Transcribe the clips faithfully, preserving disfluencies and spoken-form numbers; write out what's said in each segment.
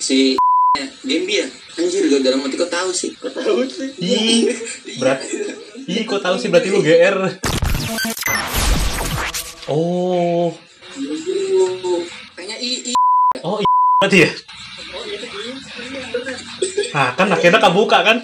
si Gembi ya? Anjir, gak dalam hati kok tahu sih. Kok tahu sih? Ih, berat. Ih, kok tahu sih berarti lu G R. Oh. Kayaknya i i. Oh, iya berarti ya? Oh iya tadi. Iya benar. Nah, kan akhirnya kebuka kan?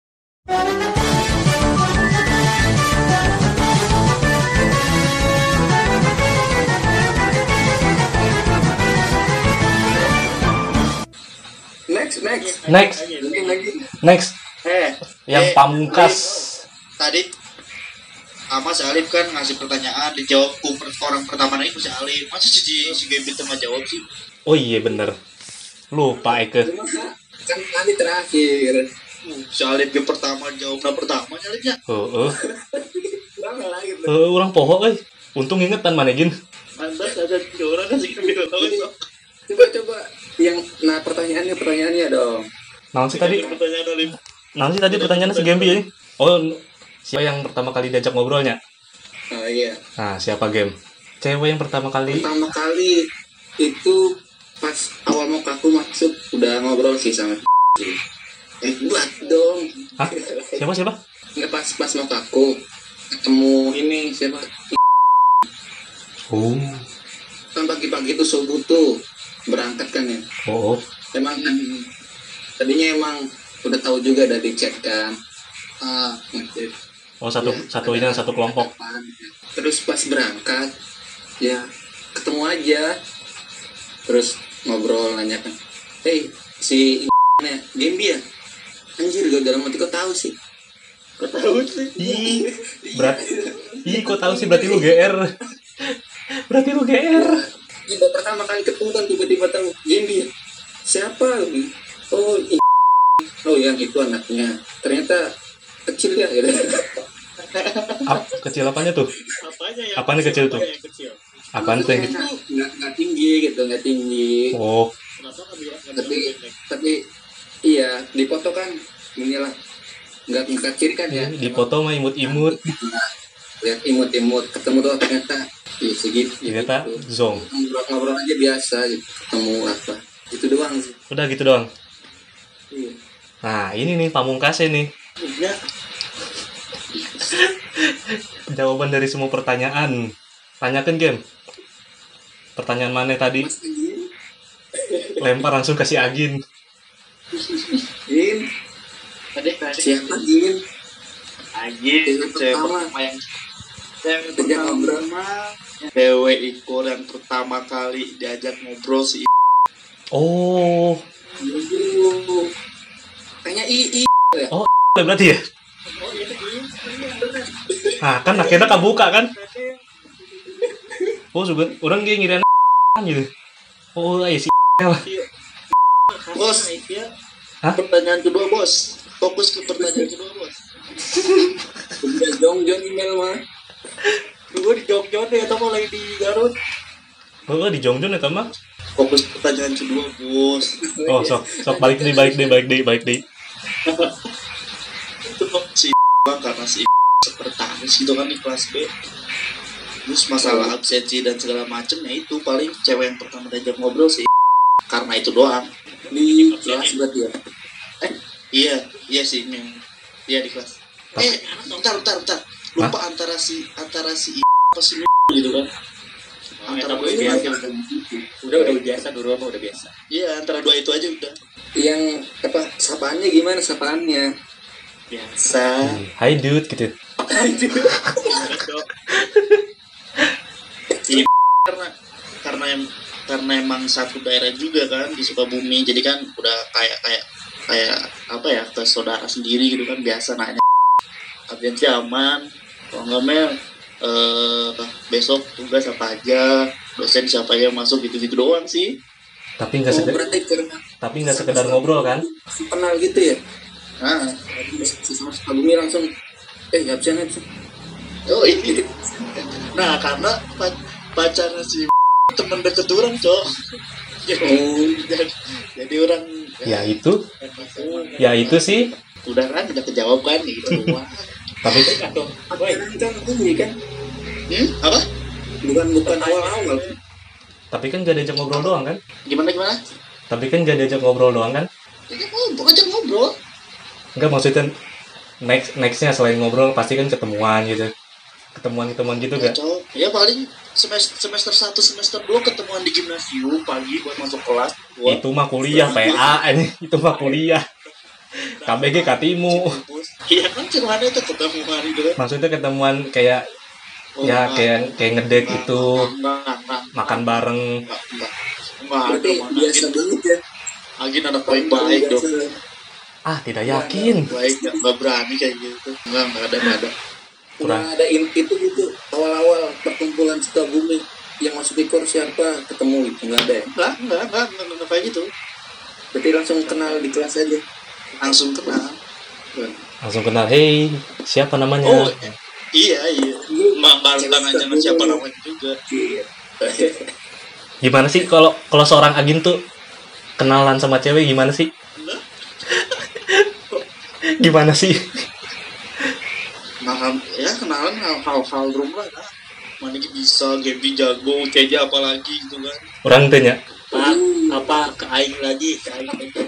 Next, next. Next, Lagi lagi. next. Eh, Yang eh, pamungkas. tadi sama si Alif kan ngasih pertanyaan, dijawab ku per- orang pertama nih ku si Alif. Masa si si Gaby itu nggak jawab sih? Oh iya bener. Lupa Eke. Cuma kan tadi terakhir. Uh, si Alif yang pertama jawab nah pertama si Alifnya. Heeh. Lama lagi. Heeh, urang poho euy. Untung ingetan manegin. Mantas ada tiga orang kan si Gaby tahu itu. Coba coba yang nah pertanyaannya pertanyaannya dong. Naon sih tadi? Pertanyaan Alif. Naon sih tadi pertanyaannya si Gembi ya? Oh, siapa yang pertama kali diajak ngobrolnya? Oh iya. Nah, siapa Gem? Cewek yang pertama kali. Pertama kali itu pas awal mau aku masuk udah ngobrol sih sama eh buat dong. Hah? Siapa siapa? Nggak pas pas mau aku ketemu ini siapa Oh. kan pagi-pagi tuh subuh tuh berangkat kan ya. Oh. Emang kan tadinya emang udah tahu juga dari chat kan. Ah, Ngechat. Oh, satu Ya, satu ini satu kelompok. Terus pas berangkat ya ketemu aja terus ngobrol nanya kan hey si nya Gembi ya anjir gak dalam hati kok tahu sih. kok tahu sih? Ih, berat. Ih, kok tahu sih berarti lu G R. Berarti lu G R. Ya, pertama kali ketemu kan tiba-tiba tahu Gembi ya siapa oh i- oh yang itu anaknya ternyata kecil ya gitu. Ap, kecil apanya tuh? Apanya ya? Apanya kecil tuh? Yang kecil. Apaan tuh yang kecil? nggak nggak tinggi gitu nggak tinggi Oh, Kenapa nggak bilang nggak tapi bilang pendek? tapi iya di foto kan inilah nggak nggak kiri kan ya di foto mah imut-imut. lihat imut-imut ketemu tuh ternyata iya segitu Ternyata gitu. zong. ngobrol-ngobrol aja biasa gitu ketemu apa itu doang sih. Udah gitu doang. Iya. Nah, ini nih pamungkasnya nih. Enggak. Jawaban dari semua pertanyaan. Tanyakan game. Pertanyaan mana tadi? Mas Agin Lempar langsung kasih Agin. Gin Tadi tadi. siapa Gin Agin, Yang cewek pertama. pertama yang yang Diajak ngobrol. pertama cewek ikut yang pertama kali diajak ngobrol sih. Oh, Aduh. kayaknya i i berarti ya? Oh iya tadi. Iya benar. Nah, kan akhirnya kebuka kan? Oh, juga orang dia ngirim gitu. Oh, iya sih. Bos, Hah? pertanyaan kedua bos. Fokus ke pertanyaan kedua bos. udah jong-jong email mah Gue di Jogja deh, atau mau lagi di Garut. Oh, di Jongjon ya mah. Fokus ke pertanyaan kedua bos. Oh, sok sok balik deh, balik deh, balik deh, balik deh. Itu kok si bang karena si sekretaris gitu kan di kelas B. Terus masalah absensi dan segala macem ya itu paling cewek yang pertama diajak ngobrol sih. Karena itu doang. di kelas berarti ya Eh, iya, iya sih yang iya di kelas. Eh, bentar, bentar, bentar. Lupa antara si antara si apa si gitu kan. Antara dua itu aja udah. udah udah biasa dulu apa udah biasa Iya, antara dua itu aja udah. yang apa sapaannya gimana sapaannya Biasa. Hai dude gitu. Iya, karena karena em- karena emang satu daerah juga kan di Sukabumi, jadi kan udah kayak kayak kayak apa ya ke saudara sendiri gitu kan biasa nanya absensi aman, kalau nggak mel eh besok tugas apa aja, dosen siapa aja yang masuk gitu-gitu doang sih. Tapi nggak oh sekedar, berarti karena tapi nggak sekedar ngobrol kan? kenal gitu ya Nah, sama Sukabumi langsung eh absen absen oh ini, nah karena pa- pacarnya si temen deket orang cok. oh jadi, jadi orang Ya itu, ya itu sih. udah kan udah kejawab kan gitu doang. Tapi pacaran kan ini kan Hmm? Apa? bukan bukan awal-awal tapi kan gak diajak ngobrol doang kan? Gimana gimana? Tapi kan gak diajak ngobrol doang kan? Ajak ngobrol, ajak ngobrol. Enggak, maksudnya next nextnya selain ngobrol pasti kan ketemuan gitu. Ketemuan-ketemuan gitu gak? Cowok. Ya paling semester semester satu semester dua ketemuan di gimnasium pagi buat masuk kelas. Buat Itu mah kuliah, P A ini. Itu mah kuliah. K B G Katimu. Iya kan cuman itu ketemuan gitu kan. Maksudnya ketemuan kayak Oh, ya enggak. kayak kayak ngedate Enggak, gitu, enggak, enggak, enggak, makan bareng. enggak, enggak. Enggak ada Berarti mana biasa Agin. banget ya. Agin anak baik-baik dong. Ah, tidak yakin. Baik, enggak enggak berani kayak gitu. Enggak, enggak ada, enggak ada. Kurang. Kurang ada inti itu gitu. Awal-awal perkumpulan Sukabumi yang masuk ikor siapa ketemu gitu nggak ada ya. Enggak, enggak, enggak, enggak, enggak kayak gitu. Berarti langsung kenal di kelas aja. Langsung kenal. Langsung kenal, hey, siapa namanya? Oh, iya, iya. Enggak enggak harus nanya siapa namanya juga. Iya. Gimana sih kalau kalau seorang Agin tuh kenalan sama cewek gimana sih? Gimana sih? Nah, ya kenalan hal-hal hal rum lah kan. Mana gitu bisa, Gaby jago, C J apalagi gitu kan. Orang tanya. Pak, apa ke aing lagi, ke aing lagi.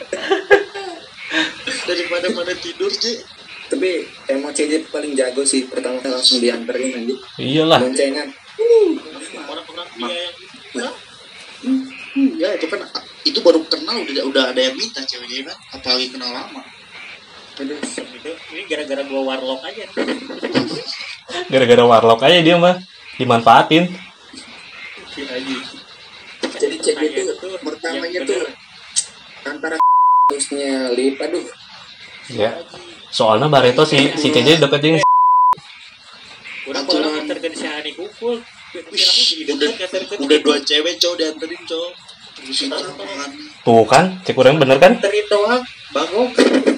Daripada pada tidur, J. Tapi emang C J paling jago sih, pertama langsung dianterin aja. Iyalah. Boncengan. Orang-orang dia yang gitu lah. Ya itu kan itu baru kenal udah udah ada yang minta ceweknya kan, apalagi kenal lama. Aduh. Gitu. Ini gara-gara gua warlock aja. Gara-gara warlock aja dia mah dimanfaatin. Si Aji. Jadi C J itu pertamanya tuh antara harusnya lip, aduh. Ya. Soalnya Barreto si si C J deketin. Udah Aturan. orang nganter ke si Hani Kukul. Pikir aku jadi Udah dekat nganter ke udah dua cewek cowok dianterin cowok. Terus itu Tuh kan, cek orang bener kan? nganterin doang. Bangok.